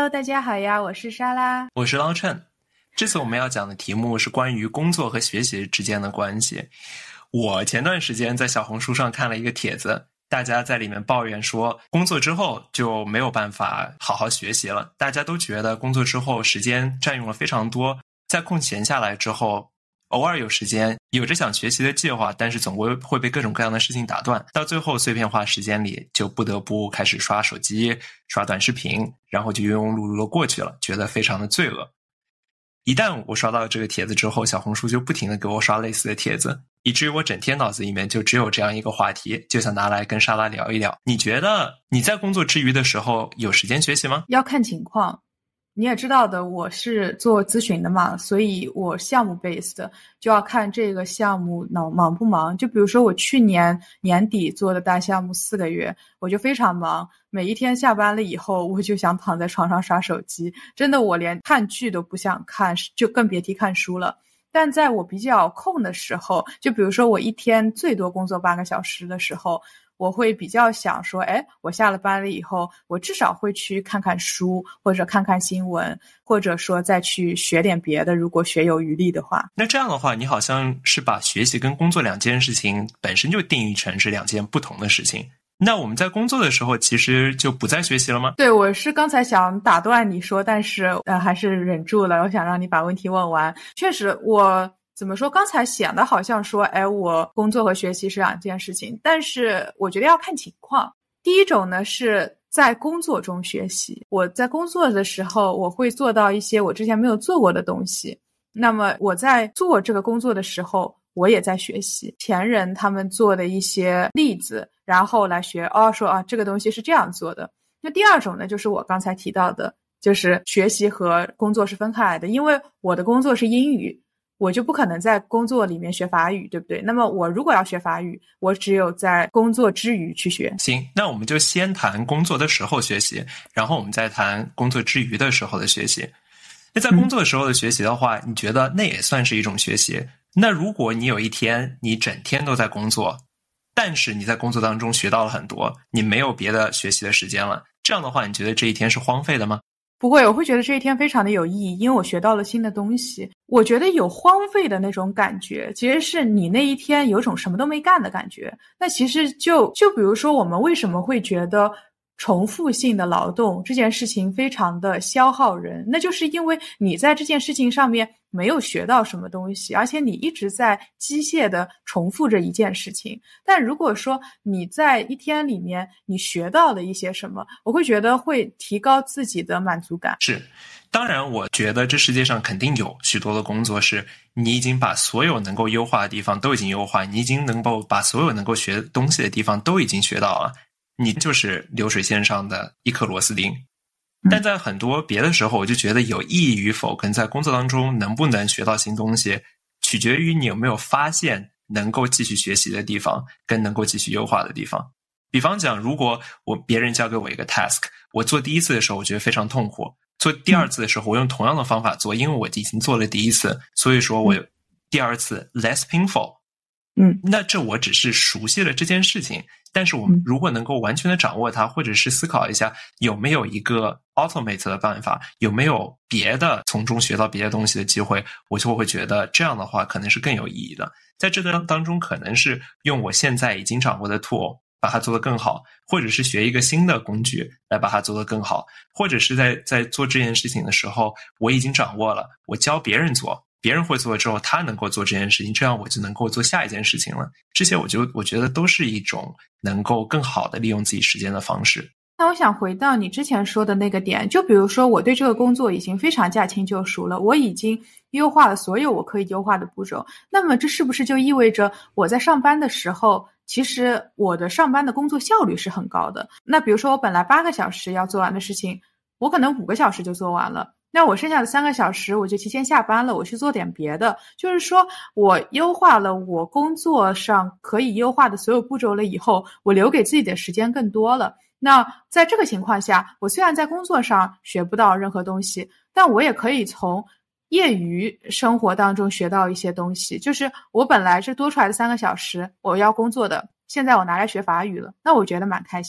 Hello， 大家好呀，我是莎拉， 我是捞趁。这次我们要讲的题目是关于工作和学习之间的关系。我前段时间在小红书上看了一个帖子，大家在里面抱怨说，工作之后就没有办法好好学习了。大家都觉得工作之后时间占用了非常多，在空闲下来之后，偶尔有时间，有着想学习的计划，但是总归会被各种各样的事情打断，到最后碎片化时间里就不得不开始刷手机、刷短视频，然后就庸庸碌碌的过去了，觉得非常的罪恶。一旦我刷到这个帖子之后，小红书就不停的给我刷类似的帖子，以至于我整天脑子里面就只有这样一个话题，就想拿来跟莎拉聊一聊。你觉得你在工作之余的时候有时间学习吗？ 要看情况。你也知道的，我是做咨询的嘛，所以我项目 based 的，就要看这个项目忙不忙。就比如说我去年年底做的大项目4个月，我就非常忙，每一天下班了以后，我就想躺在床上刷手机，真的我连看剧都不想看，就更别提看书了。但在我比较空的时候，就比如说我一天最多工作8个小时的时候，我会比较想说，我下了班了以后，我至少会去看看书，或者看看新闻，或者说再去学点别的，如果学有余力的话。 那这样的话，你好像是把学习跟工作2件事情本身就定义成是2件不同的事情。那我们在工作的时候其实就不再学习了吗？ 对，我是刚才想打断你说，但是还是忍住了，我想让你把问题问完。确实我怎么说，刚才显得好像说我工作和学习是2件事情，但是我觉得要看情况。第一种呢是在工作中学习，我在工作的时候我会做到一些我之前没有做过的东西，那么我在做这个工作的时候我也在学习前人他们做的一些例子，然后来学说这个东西是这样做的。那第二种呢，就是我刚才提到的，就是学习和工作是分开来的，因为我的工作是英语，我就不可能在工作里面学法语，对不对？那么我如果要学法语，我只有在工作之余去学。 行，那我们就先谈工作的时候学习，然后我们再谈工作之余的时候的学习。那在工作的时候的学习的话，你觉得那也算是一种学习？那如果你有一天你整天都在工作，但是你在工作当中学到了很多，你没有别的学习的时间了，这样的话你觉得这一天是荒废的吗？ 不会，我会觉得这一天非常的有意义，因为我学到了新的东西。我觉得有荒废的那种感觉，其实是你那一天有种什么都没干的感觉。那其实就比如说我们为什么会觉得重复性的劳动这件事情非常的消耗人，那就是因为你在这件事情上面没有学到什么东西，而且你一直在机械的重复着一件事情。但如果说你在一天里面你学到了一些什么，我会觉得会提高自己的满足感。 是，当然我觉得这世界上肯定有许多的工作是你已经把所有能够优化的地方都已经优化，你已经能够把所有能够学东西的地方都已经学到了，你就是流水线上的一颗螺丝钉。但在很多别的时候，我就觉得有意义与否跟在工作当中能不能学到新东西，取决于你有没有发现能够继续学习的地方跟能够继续优化的地方。比方讲，如果别人交给我一个 task， 我做第一次的时候我觉得非常痛苦，做第二次的时候我用同样的方法做，因为我已经做了第一次，所以说我第二次 less painful。那这我只是熟悉了这件事情，但是我们如果能够完全的掌握它，或者是思考一下有没有一个 automate 的办法，有没有别的从中学到别的东西的机会，我就会觉得这样的话可能是更有意义的。在这个当中可能是用我现在已经掌握的 tool 把它做得更好，或者是学一个新的工具来把它做得更好，或者是在做这件事情的时候我已经掌握了，我教别人做，别人会做之后他能够做这件事情，这样我就能够做下一件事情了。这些我觉得都是一种能够更好的利用自己时间的方式。 那我想回到你之前说的那个点，就比如说我对这个工作已经非常驾轻就熟了，我已经优化了所有我可以优化的步骤，那么这是不是就意味着我在上班的时候其实我的上班的工作效率是很高的？那比如说我本来8个小时要做完的事情，我可能5个小时就做完了，那我剩下的3个小时我就提前下班了，我去做点别的，就是说我优化了我工作上可以优化的所有步骤了以后，我留给自己的时间更多了。那在这个情况下，我虽然在工作上学不到任何东西，但我也可以从业余生活当中学到一些东西。就是我本来是多出来的3个小时我要工作的，现在我拿来学法语了，那我觉得蛮开心的，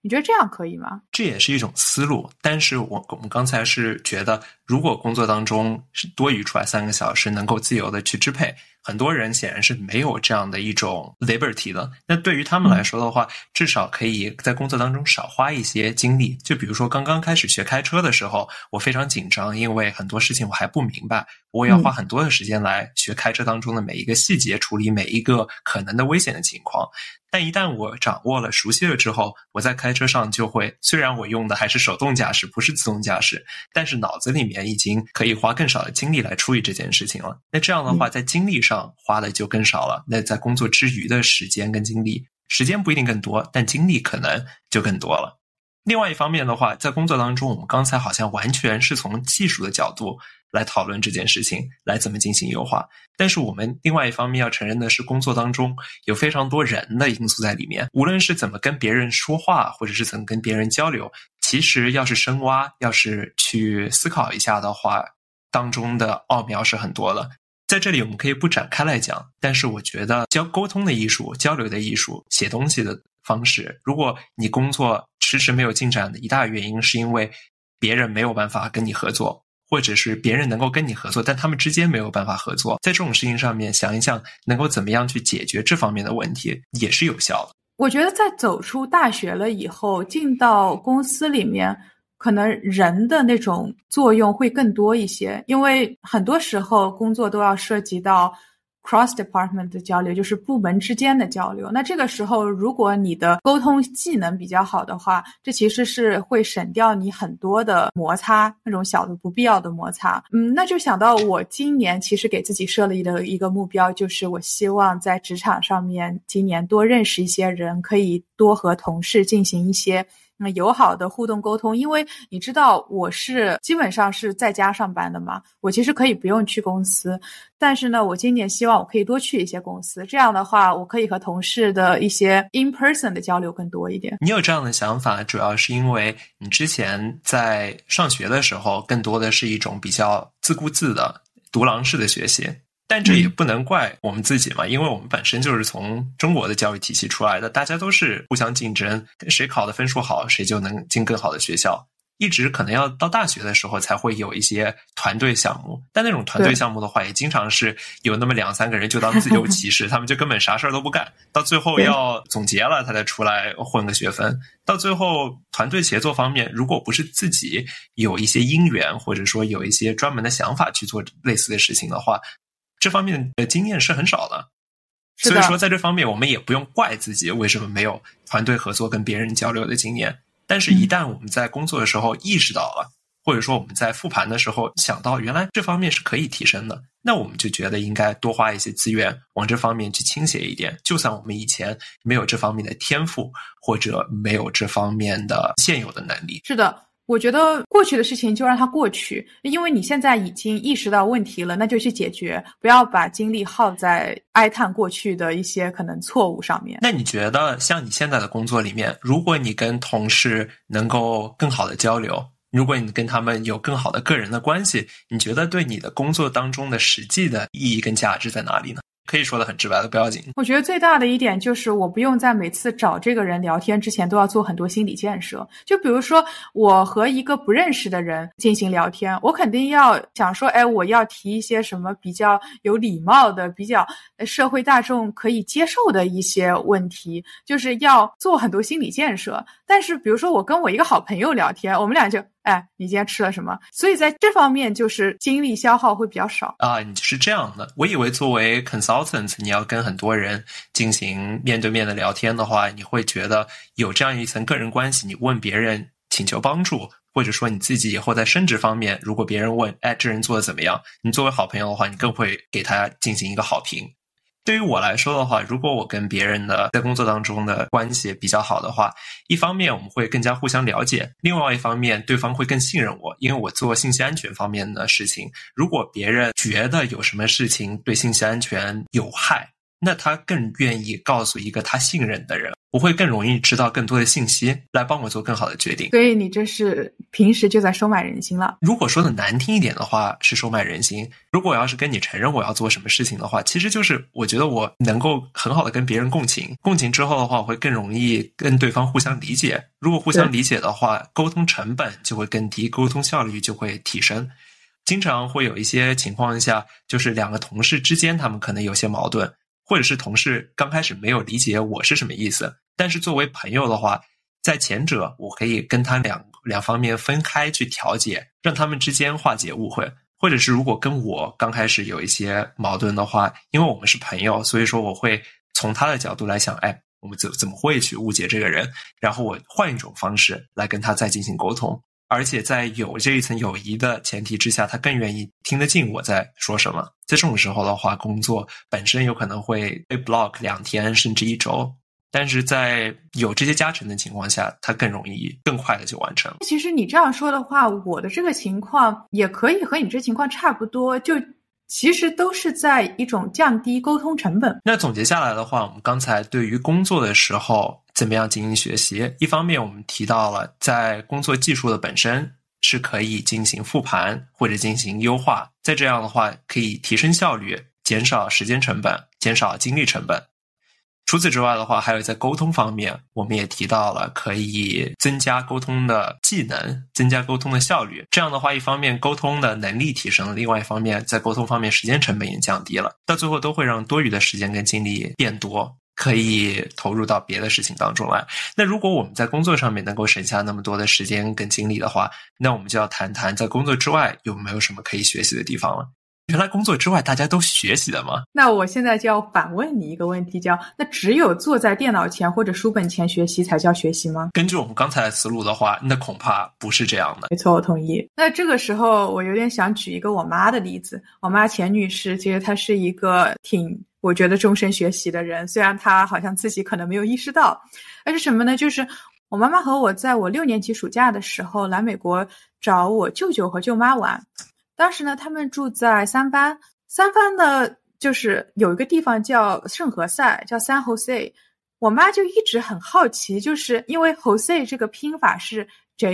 你觉得这样可以吗？ 这也是一种思路，但是我们刚才是觉得，如果工作当中是多余出来3个小时，能够自由的去支配，很多人显然是没有这样的一种 liberty 的。那对于他们来说的话，至少可以在工作当中少花一些精力。就比如说刚刚开始学开车的时候，我非常紧张，因为很多事情我还不明白，我也要花很多的时间来学开车当中的每一个细节，处理每一个可能的危险的情况。但一旦我掌握了、熟悉了之后，我在开车上就会，虽然我用的还是手动驾驶，不是自动驾驶，但是脑子里面已经可以花更少的精力来处理这件事情了。那这样的话，在精力上花的就更少了。那在工作之余的时间跟精力，时间不一定更多，但精力可能就更多了。另外一方面的话，在工作当中，我们刚才好像完全是从技术的角度来讨论这件事情，来怎么进行优化。但是我们另外一方面要承认的是，工作当中有非常多人的因素在里面，无论是怎么跟别人说话，或者是怎么跟别人交流，其实要是深挖，要是去思考一下的话，当中的奥妙是很多的。在这里我们可以不展开来讲，但是我觉得沟通的艺术、交流的艺术、写东西的方式，如果你工作迟迟没有进展的一大原因是因为别人没有办法跟你合作，或者是别人能够跟你合作，但他们之间没有办法合作，在这种事情上面想一想能够怎么样去解决这方面的问题也是有效的。 我觉得在走出大学了以后，进到公司里面，可能人的那种作用会更多一些，因为很多时候工作都要涉及到cross department 的交流，就是部门之间的交流。那这个时候如果你的沟通技能比较好的话，这其实是会省掉你很多的摩擦，那种小的不必要的摩擦。那就想到我今年其实给自己设立的一个目标，就是我希望在职场上面今年多认识一些人，可以多和同事进行一些友好的互动沟通。因为你知道我是基本上是在家上班的嘛，我其实可以不用去公司，但是呢我今年希望我可以多去一些公司，这样的话我可以和同事的一些 in person 的交流更多一点。 你有这样的想法主要是因为你之前在上学的时候更多的是一种比较自顾自的独狼式的学习，但这也不能怪我们自己嘛，因为我们本身就是从中国的教育体系出来的，大家都是互相竞争，谁考的分数好谁就能进更好的学校，一直可能要到大学的时候才会有一些团队项目，但那种团队项目的话也经常是有那么2-3个人就当自由骑士他们就根本啥事儿都不干，到最后要总结了他才出来混个学分。到最后团队协作方面，如果不是自己有一些因缘或者说有一些专门的想法去做类似的事情的话，这方面的经验是很少的。所以说在这方面我们也不用怪自己为什么没有团队合作跟别人交流的经验，但是一旦我们在工作的时候意识到了，或者说我们在复盘的时候想到原来这方面是可以提升的，那我们就觉得应该多花一些资源往这方面去倾斜一点，就算我们以前没有这方面的天赋或者没有这方面的现有的能力。 是的，我觉得过去的事情就让它过去，因为你现在已经意识到问题了，那就去解决，不要把精力耗在哀叹过去的一些可能错误上面。 那你觉得像你现在的工作里面，如果你跟同事能够更好的交流，如果你跟他们有更好的个人的关系，你觉得对你的工作当中的实际的意义跟价值在哪里呢？可以说的很直白的不要紧。 我觉得最大的一点就是我不用在每次找这个人聊天之前都要做很多心理建设，就比如说我和一个不认识的人进行聊天，我肯定要想说我要提一些什么比较有礼貌的比较社会大众可以接受的一些问题，就是要做很多心理建设。但是比如说我跟我一个好朋友聊天，我们俩就你今天吃了什么？所以在这方面就是精力消耗会比较少啊。你是这样的，我以为作为 consultant 你要跟很多人进行面对面的聊天的话，你会觉得有这样一层个人关系，你问别人请求帮助，或者说你自己以后在升职方面，如果别人问这人做的怎么样，你作为好朋友的话，你更会给他进行一个好评。对于我来说的话，如果我跟别人的在工作当中的关系比较好的话，一方面我们会更加互相了解，另外一方面对方会更信任我，因为我做信息安全方面的事情，如果别人觉得有什么事情对信息安全有害， 那他更愿意告诉一个他信任的人，我会更容易知道更多的信息来帮我做更好的决定。 所以你这是平时就在收买人心了。 如果说的难听一点的话是收买人心，如果我要是跟你承认我要做什么事情的话，其实就是我觉得我能够很好的跟别人共情，共情之后的话我会更容易跟对方互相理解，如果互相理解的话，沟通成本就会更低，沟通效率就会提升。经常会有一些情况下，就是两个同事之间他们可能有些矛盾，或者是同事刚开始没有理解我是什么意思，但是作为朋友的话，在前者我可以跟他两方面分开去调解，让他们之间化解误会。或者是如果跟我刚开始有一些矛盾的话，因为我们是朋友，所以说我会从他的角度来想，我们怎么会去误解这个人，然后我换一种方式来跟他再进行沟通，而且在有这一层友谊的前提之下，他更愿意听得进我在说什么。在这种时候的话，工作本身有可能会被 block 2天甚至1周，但是在有这些加成的情况下，它更容易更快的就完成。 其实你这样说的话，我的这个情况也可以和你这情况差不多，就其实都是在一种降低沟通成本。 那总结下来的话，我们刚才对于工作的时候怎么样进行学习，一方面我们提到了在工作技术的本身是可以进行复盘或者进行优化，再这样的话可以提升效率，减少时间成本，减少精力成本。除此之外的话，还有在沟通方面，我们也提到了可以增加沟通的技能，增加沟通的效率。这样的话，一方面沟通的能力提升了，另外一方面在沟通方面时间成本也降低了，到最后都会让多余的时间跟精力变多，可以投入到别的事情当中来。那如果我们在工作上面能够省下那么多的时间跟精力的话，那我们就要谈谈在工作之外有没有什么可以学习的地方了。原来工作之外大家都学习的吗？ 那我现在就要反问你一个问题，那只有坐在电脑前或者书本前学习才叫学习吗？ 根据我们刚才的思路的话，那恐怕不是这样的。 没错，我同意。那这个时候我有点想举一个我妈的例子。我妈钱女士其实她是一个我觉得终身学习的人，虽然她好像自己可能没有意识到。而是什么呢？就是我妈妈和我在我6年级暑假的时候来美国找我舅舅和舅妈玩。当时呢，他们住在三藩呢，就是有一个地方叫圣何塞，叫 San Jose。我妈就一直很好奇，就是因为 Jose 这个拼法是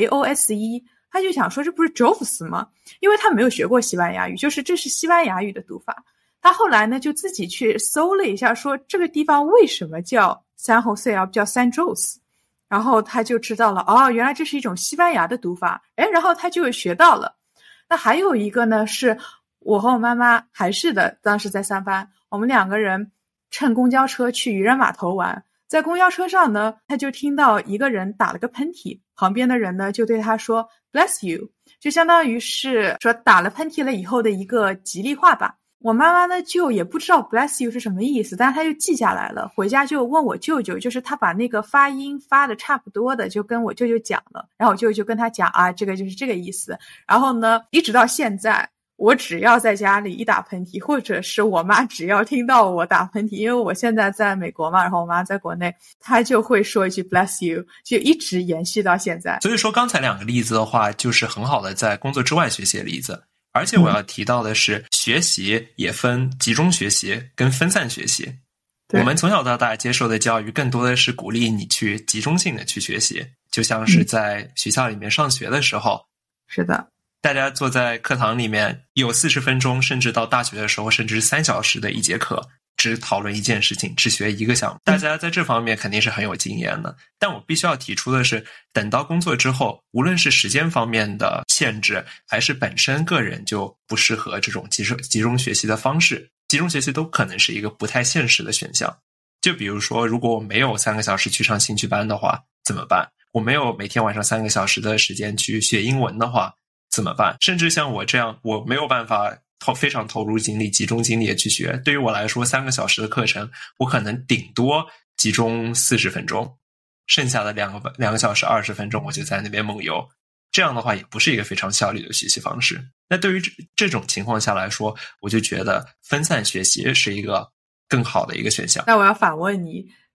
Jose， 她就想说这不是 Jose 吗？因为她没有学过西班牙语，就是这是西班牙语的读法。她后来呢就自己去搜了一下，说这个地方为什么叫 San Jose 而不叫 San Jose， 然后她就知道了，原来这是一种西班牙的读法。然后她就学到了。那还有一个呢，是我和我妈妈还是的，当时在三藩，我们2个人乘公交车去渔人码头玩。在公交车上呢，他就听到一个人打了个喷嚏，旁边的人呢就对他说 Bless you， 就相当于是说打了喷嚏了以后的一个吉利话吧。我妈妈呢就也不知道 Bless you 是什么意思，但是她就记下来了，回家就问我舅舅，就是他把那个发音发的差不多的就跟我舅舅讲了，然后我舅舅就跟他讲这个就是这个意思。然后呢一直到现在，我只要在家里一打喷嚏，或者是我妈只要听到我打喷嚏，因为我现在在美国嘛，然后我妈在国内，她就会说一句 Bless you， 就一直延续到现在。 所以说刚才2个例子的话，就是很好的在工作之外学习的例子。而且我要提到的是，学习也分集中学习跟分散学习。我们从小到大接受的教育更多的是鼓励你去集中性的去学习，就像是在学校里面上学的时候， 是的， 大家坐在课堂里面有40分钟，甚至到大学的时候甚至3小时的一节课，只讨论一件事情，只学一个项目。大家在这方面肯定是很有经验的。但我必须要提出的是，等到工作之后，无论是时间方面的限制，还是本身个人就不适合这种集中学习的方式，集中学习都可能是一个不太现实的选项。就比如说，如果我没有3个小时去上兴趣班的话，怎么办？我没有每天晚上3个小时的时间去学英文的话，怎么办？甚至像我这样，我没有办法非常投入精力、集中精力去学。对于我来说，3个小时的课程，我可能顶多集中40分钟，剩下的2个小时20分钟，我就在那边梦游。这样的话，也不是一个非常效率的学习方式。那对于这种情况下来说，我就觉得分散学习是一个更好的一个选项。 那我要反问你，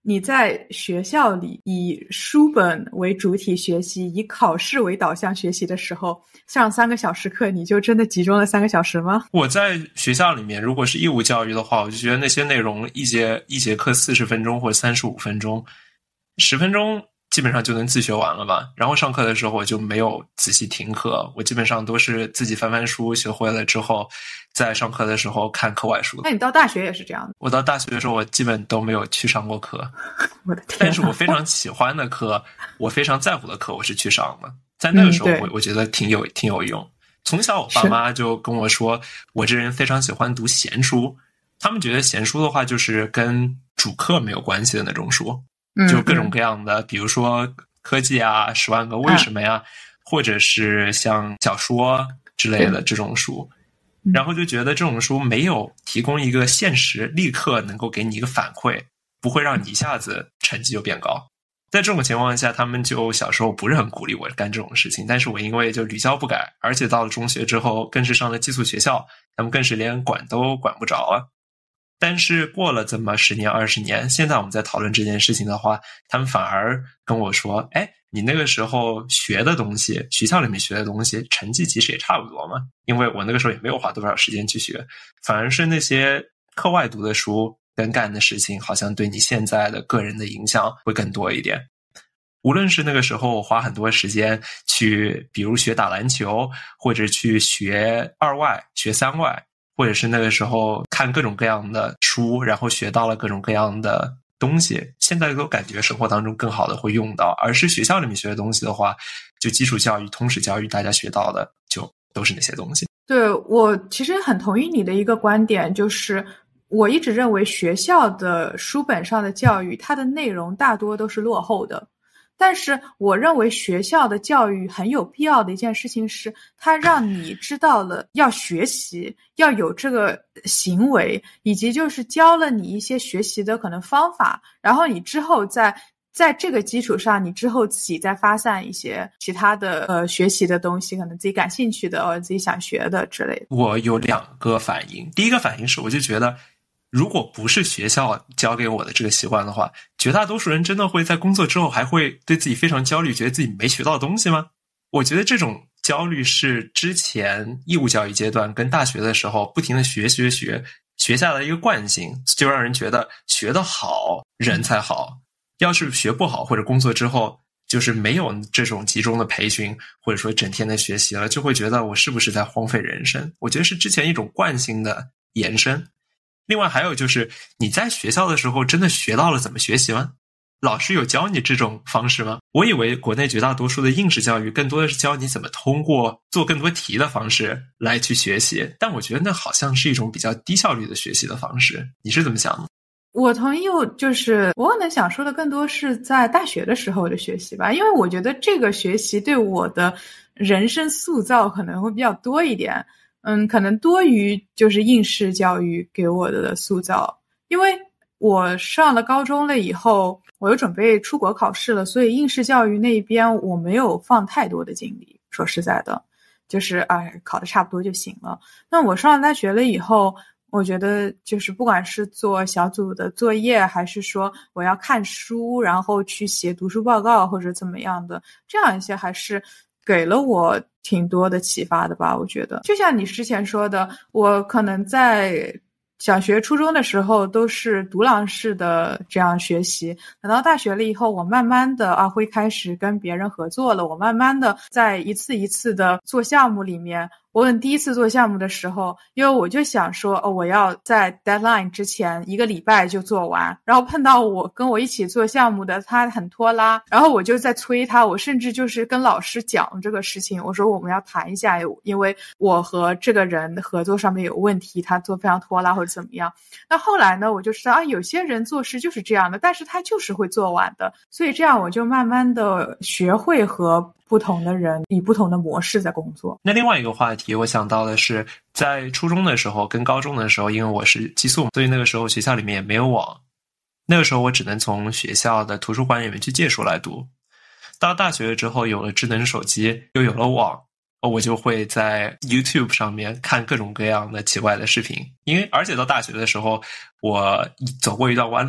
你在学校里以书本为主体学习，以考试为导向学习的时候，上3个小时课，你就真的集中了3个小时吗？ 我在学校里面，如果是义务教育的话，我就觉得那些内容一节课40分钟或者35分钟，10分钟基本上就能自学完了吧。然后上课的时候我就没有仔细听课，我基本上都是自己翻翻书，学会了之后在上课的时候看课外书。 那你到大学也是这样的？ 我到大学的时候我基本都没有去上过课。 我的天！ 但是我非常喜欢的课，我非常在乎的课我是去上的。在那个时候我觉得挺有用。从小我爸妈就跟我说，我这人非常喜欢读闲书，他们觉得闲书的话就是跟主课没有关系的那种书，就各种各样的，比如说科技啊、10万个为什么呀，或者是像小说之类的这种书，然后就觉得这种书没有提供一个现实立刻能够给你一个反馈，不会让你一下子成绩就变高。在这种情况下，他们就小时候不是很鼓励我干这种事情，但是我因为就屡教不改，而且到了中学之后更是上了寄宿学校，他们更是连管都管不着啊。但是过了这么10年20年，现在我们在讨论这件事情的话，他们反而跟我说，你那个时候学的东西，学校里面学的东西，成绩其实也差不多嘛，因为我那个时候也没有花多少时间去学，反而是那些课外读的书跟干的事情，好像对你现在的个人的影响会更多一点。无论是那个时候我花很多时间去比如学打篮球，或者去学2外学3外，或者是那个时候看各种各样的书，然后学到了各种各样的东西，现在都感觉生活当中更好的会用到。而是学校里面学的东西的话，就基础教育通识教育大家学到的就都是那些东西。 对，我其实很同意你的一个观点，就是我一直认为学校的书本上的教育，它的内容大多都是落后的。但是我认为学校的教育很有必要的一件事情是，它让你知道了要学习，要有这个行为，以及就是教了你一些学习的可能方法，然后你之后在这个基础上，你之后自己再发散一些其他的学习的东西，可能自己感兴趣的或者自己想学的之类的。 我有2个反应，第一个反应是我就觉得，如果不是学校教给我的这个习惯的话，绝大多数人真的会在工作之后还会对自己非常焦虑，觉得自己没学到东西吗？我觉得这种焦虑是之前义务教育阶段跟大学的时候不停的学下的一个惯性，就让人觉得学得好人才好，要是学不好或者工作之后就是没有这种集中的培训，或者说整天的学习了，就会觉得我是不是在荒废人生。我觉得是之前一种惯性的延伸。另外还有就是你在学校的时候真的学到了怎么学习吗？老师有教你这种方式吗？我以为国内绝大多数的应试教育更多的是教你怎么通过做更多题的方式来去学习，但我觉得那好像是一种比较低效率的学习的方式。你是怎么想的？ 我同意，就是我可能想说的更多是在大学的时候的学习吧，因为我觉得这个学习对我的人生塑造可能会比较多一点，可能多于就是应试教育给我的塑造。因为我上了高中了以后，我又准备出国考试了，所以应试教育那边我没有放太多的精力，说实在的，就是考得差不多就行了。那我上了大学了以后，我觉得就是不管是做小组的作业，还是说我要看书，然后去写读书报告或者怎么样的，这样一些还是给了我挺多的启发的吧。我觉得就像你之前说的，我可能在小学初中的时候都是独狼式的这样学习，等到大学了以后，我慢慢的会开始跟别人合作了，我慢慢的在一次一次的做项目里面，我第一次做项目的时候，因为我就想说我要在 deadline 之前1个礼拜就做完，然后碰到跟我一起做项目的他很拖拉，然后我就在催他，我甚至就是跟老师讲这个事情，我说我们要谈一下，因为我和这个人合作上面有问题，他做非常拖拉或者怎么样。那后来呢，我就知道有些人做事就是这样的，但是他就是会做完的，所以这样我就慢慢的学会和不同的人以不同的模式在工作。 那另外一个话题我想到的是，在初中的时候跟高中的时候，因为我是寄宿，所以那个时候学校里面也没有网，那个时候我只能从学校的图书馆里面去借书来读。到大学之后有了智能手机，又有了网，我就会在 YouTube 上面看各种各样的奇怪的视频。而且到大学的时候我走过一段弯路，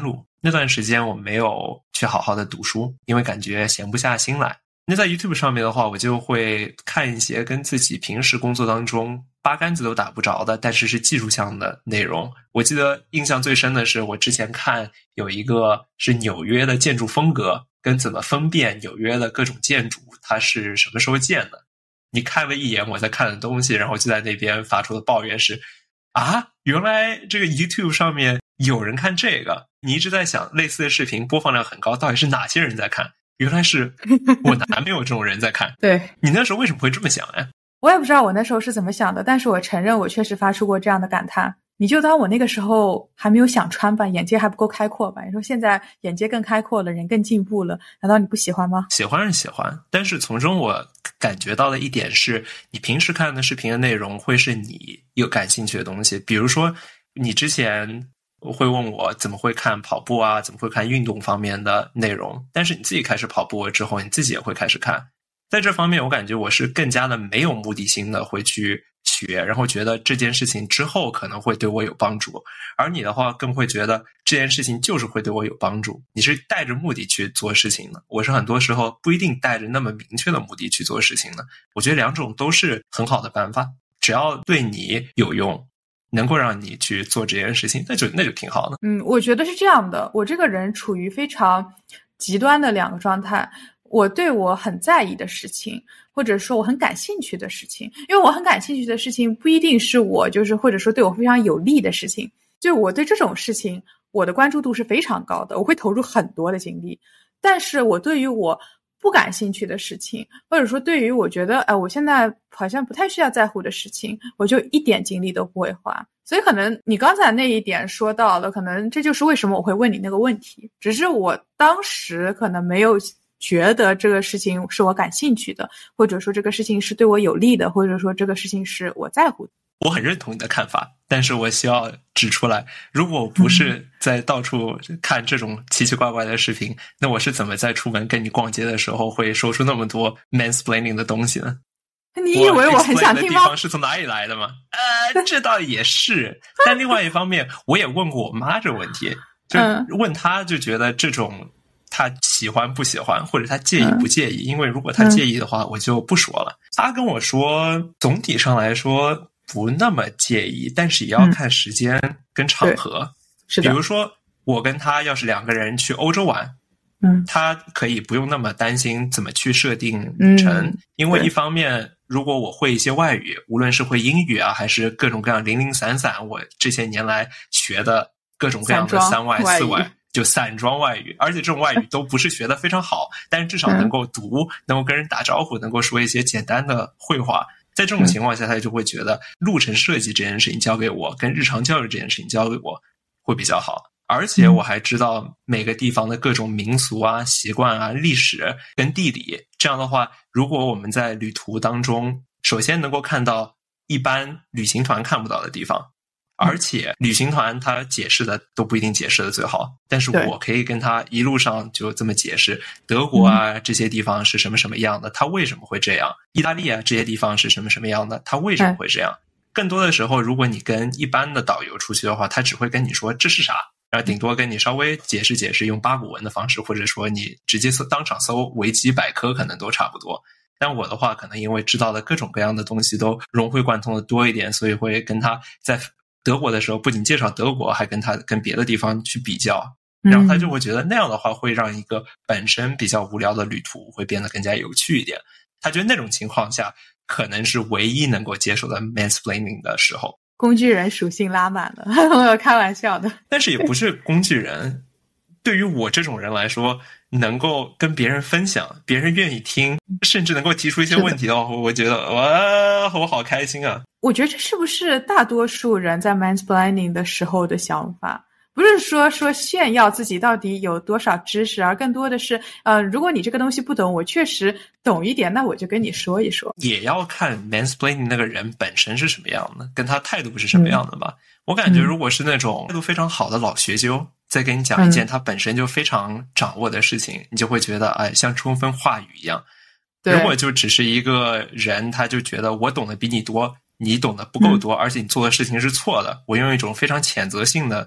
那段时间我没有去好好的读书，因为感觉闲不下心来。那在 YouTube 上面的话，我就会看一些跟自己平时工作当中八竿子都打不着的，但是是技术项的内容。我记得印象最深的是，我之前看有一个是纽约的建筑风格，跟怎么分辨纽约的各种建筑它是什么时候建的。你看了一眼我在看的东西，然后就在那边发出的抱怨是啊，原来这个 YouTube 上面有人看这个。你一直在想类似的视频播放量很高，到底是哪些人在看？原来是我男朋友这种人在看。 对， 你那时候为什么会这么想呀？ 我也不知道我那时候是怎么想的，但是我承认我确实发出过这样的感叹。你就当我那个时候还没有想穿吧，眼界还不够开阔吧。你说现在眼界更开阔了，人更进步了，难道你不喜欢吗？ 喜欢是喜欢，但是从中我感觉到的一点是，你平时看的视频的内容会是你有感兴趣的东西。比如说你之前会问我怎么会看跑步啊，怎么会看运动方面的内容，但是你自己开始跑步了之后，你自己也会开始看。在这方面我感觉我是更加的没有目的性的会去学，然后觉得这件事情之后可能会对我有帮助。而你的话更会觉得这件事情就是会对我有帮助，你是带着目的去做事情的。我是很多时候不一定带着那么明确的目的去做事情的。我觉得两种都是很好的办法，只要对你有用，能够让你去做这件事情，那就挺好的。 我觉得是这样的，我这个人处于非常极端的两个状态。我对我很在意的事情，或者说我很感兴趣的事情，因为我很感兴趣的事情不一定是我就是或者说对我非常有利的事情，就我对这种事情我的关注度是非常高的，我会投入很多的精力。但是我对于我不感兴趣的事情，或者说对于我觉得我现在好像不太需要在乎的事情，我就一点精力都不会花。所以可能你刚才那一点说到了，可能这就是为什么我会问你那个问题，只是我当时可能没有觉得这个事情是我感兴趣的，或者说这个事情是对我有利的，或者说这个事情是我在乎的。 我很认同你的看法，但是我需要指出来，如果我不是在到处看这种奇奇怪怪的视频，那我是怎么在出门跟你逛街的时候会说出那么多 mansplaining 的东西呢？ 你以为我很想听吗？ 我 explain 的地方是从哪里来的吗？这倒也是。但另外一方面，我也问过我妈这个问题，就问她就觉得这种她喜欢不喜欢，或者她介意不介意，因为如果她介意的话，我就不说了。她跟我说，总体上来说不那么介意，但是也要看时间跟场合。 是的。 比如说我跟她要是两个人去欧洲玩，她可以不用那么担心怎么去设定旅程，因为一方面如果我会一些外语，无论是会英语啊，还是各种各样零零散散我这些年来学的各种各样的三外四外，就散装外语，而且这种外语都不是学得非常好，但是至少能够读，能够跟人打招呼，能够说一些简单的会话。在这种情况下，他就会觉得路程设计这件事情交给我，跟日常教育这件事情交给我会比较好。而且我还知道每个地方的各种民俗啊、习惯啊、历史跟地理。这样的话，如果我们在旅途当中，首先能够看到一般旅行团看不到的地方，而且旅行团他解释的都不一定解释的最好，但是我可以跟他一路上就这么解释德国啊这些地方是什么什么样的，他为什么会这样，意大利啊这些地方是什么什么样的，他为什么会这样。更多的时候，如果你跟一般的导游出去的话，他只会跟你说这是啥，然后顶多跟你稍微解释解释，用八股文的方式，或者说你直接当场搜维基百科可能都差不多。但我的话可能因为知道的各种各样的东西都融会贯通的多一点，所以会跟他在德国的时候不仅介绍德国，还跟他跟别的地方去比较，然后他就会觉得那样的话会让一个本身比较无聊的旅途会变得更加有趣一点。他觉得那种情况下可能是唯一能够接受的 mansplaining 的时候。 工具人属性拉满了，我开玩笑的。 但是也不是工具人，对于我这种人来说，能够跟别人分享，别人愿意听，甚至能够提出一些问题的话，我觉得哇，我好开心啊。 我觉得这是不是大多数人在 mansplaining 的时候的想法？不是说炫耀自己到底有多少知识，而更多的是如果你这个东西不懂，我确实懂一点，那我就跟你说一说。 也要看 mansplaining 那个人本身是什么样的，跟他态度是什么样的吧。我感觉如果是那种态度非常好的老学究，在跟你讲一件他本身就非常掌握的事情，你就会觉得哎，像充分话语一样。如果就只是一个人，他就觉得我懂得比你多，你懂得不够多，而且你做的事情是错的，我用一种非常谴责性的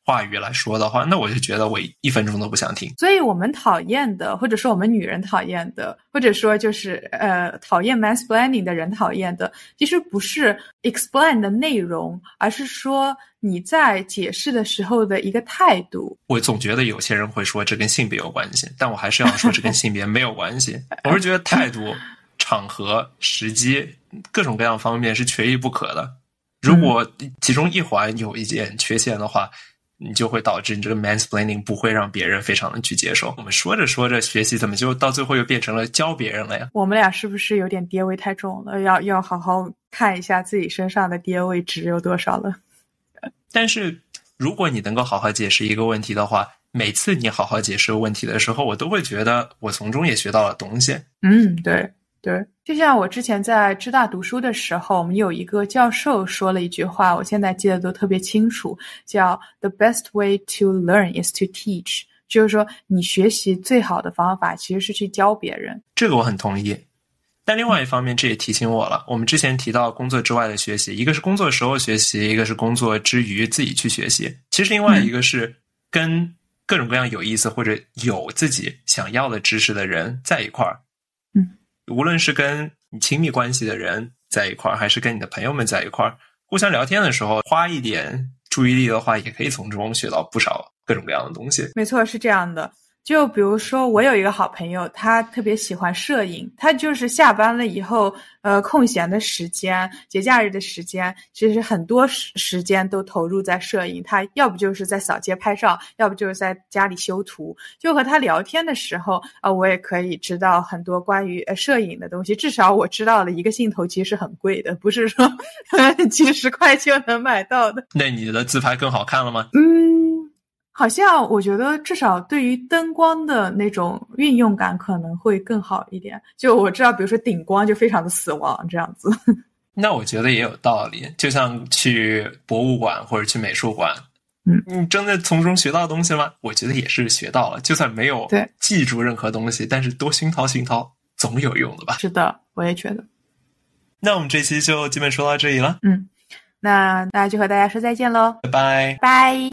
话语来说的话，那我就觉得我1分钟都不想听。 所以我们讨厌的，或者说我们女人讨厌的，或者说就是讨厌 mansplaining 的人讨厌的，其实不是 explain 的内容，而是说你在解释的时候的一个态度。 我总觉得有些人会说这跟性别有关系，但我还是要说这跟性别没有关系。我是觉得态度、场合、时机各种各样方面是缺一不可的。如果其中一环有一点缺陷的话，你就会导致你这个 mansplaining 不会让别人非常的去接受。我们说着说着学习怎么就到最后又变成了教别人了呀？ 我们俩是不是有点爹味太重了？要好好看一下自己身上的爹味值有多少了。 但是如果你能够好好解释一个问题的话，每次你好好解释问题的时候，我都会觉得我从中也学到了东西。 对对，就像我之前在芝大读书的时候，我们有一个教授说了一句话，我现在记得都特别清楚，叫 The best way to learn is to teach， 就是说你学习最好的方法其实是去教别人。 这个我很同意。但另外一方面，这也提醒我了，我们之前提到工作之外的学习，一个是工作时候学习，一个是工作之余自己去学习。其实另外一个是跟各种各样有意思或者有自己想要的知识的人在一块儿。无论是跟你亲密关系的人在一块儿，还是跟你的朋友们在一块儿，互相聊天的时候花一点注意力的话，也可以从中学到不少各种各样的东西。 没错，是这样的。就比如说我有一个好朋友，他特别喜欢摄影，他就是下班了以后空闲的时间，节假日的时间，其实很多时间都投入在摄影，他要不就是在扫街拍照，要不就是在家里修图。就和他聊天的时候我也可以知道很多关于摄影的东西，至少我知道了一个镜头其实很贵的，不是说几十块就能买到的。 那你的自拍更好看了吗？ 好像我觉得至少对于灯光的那种运用感可能会更好一点。就我知道比如说顶光就非常的死亡这样子。 那我觉得也有道理，就像去博物馆或者去美术馆，你真的从中学到东西吗？我觉得也是学到了，就算没有记住任何东西，但是多熏陶熏陶总有用的吧。 是的，我也觉得。 那我们这期就基本说到这里了。 那就和大家说再见咯， 拜拜。 拜。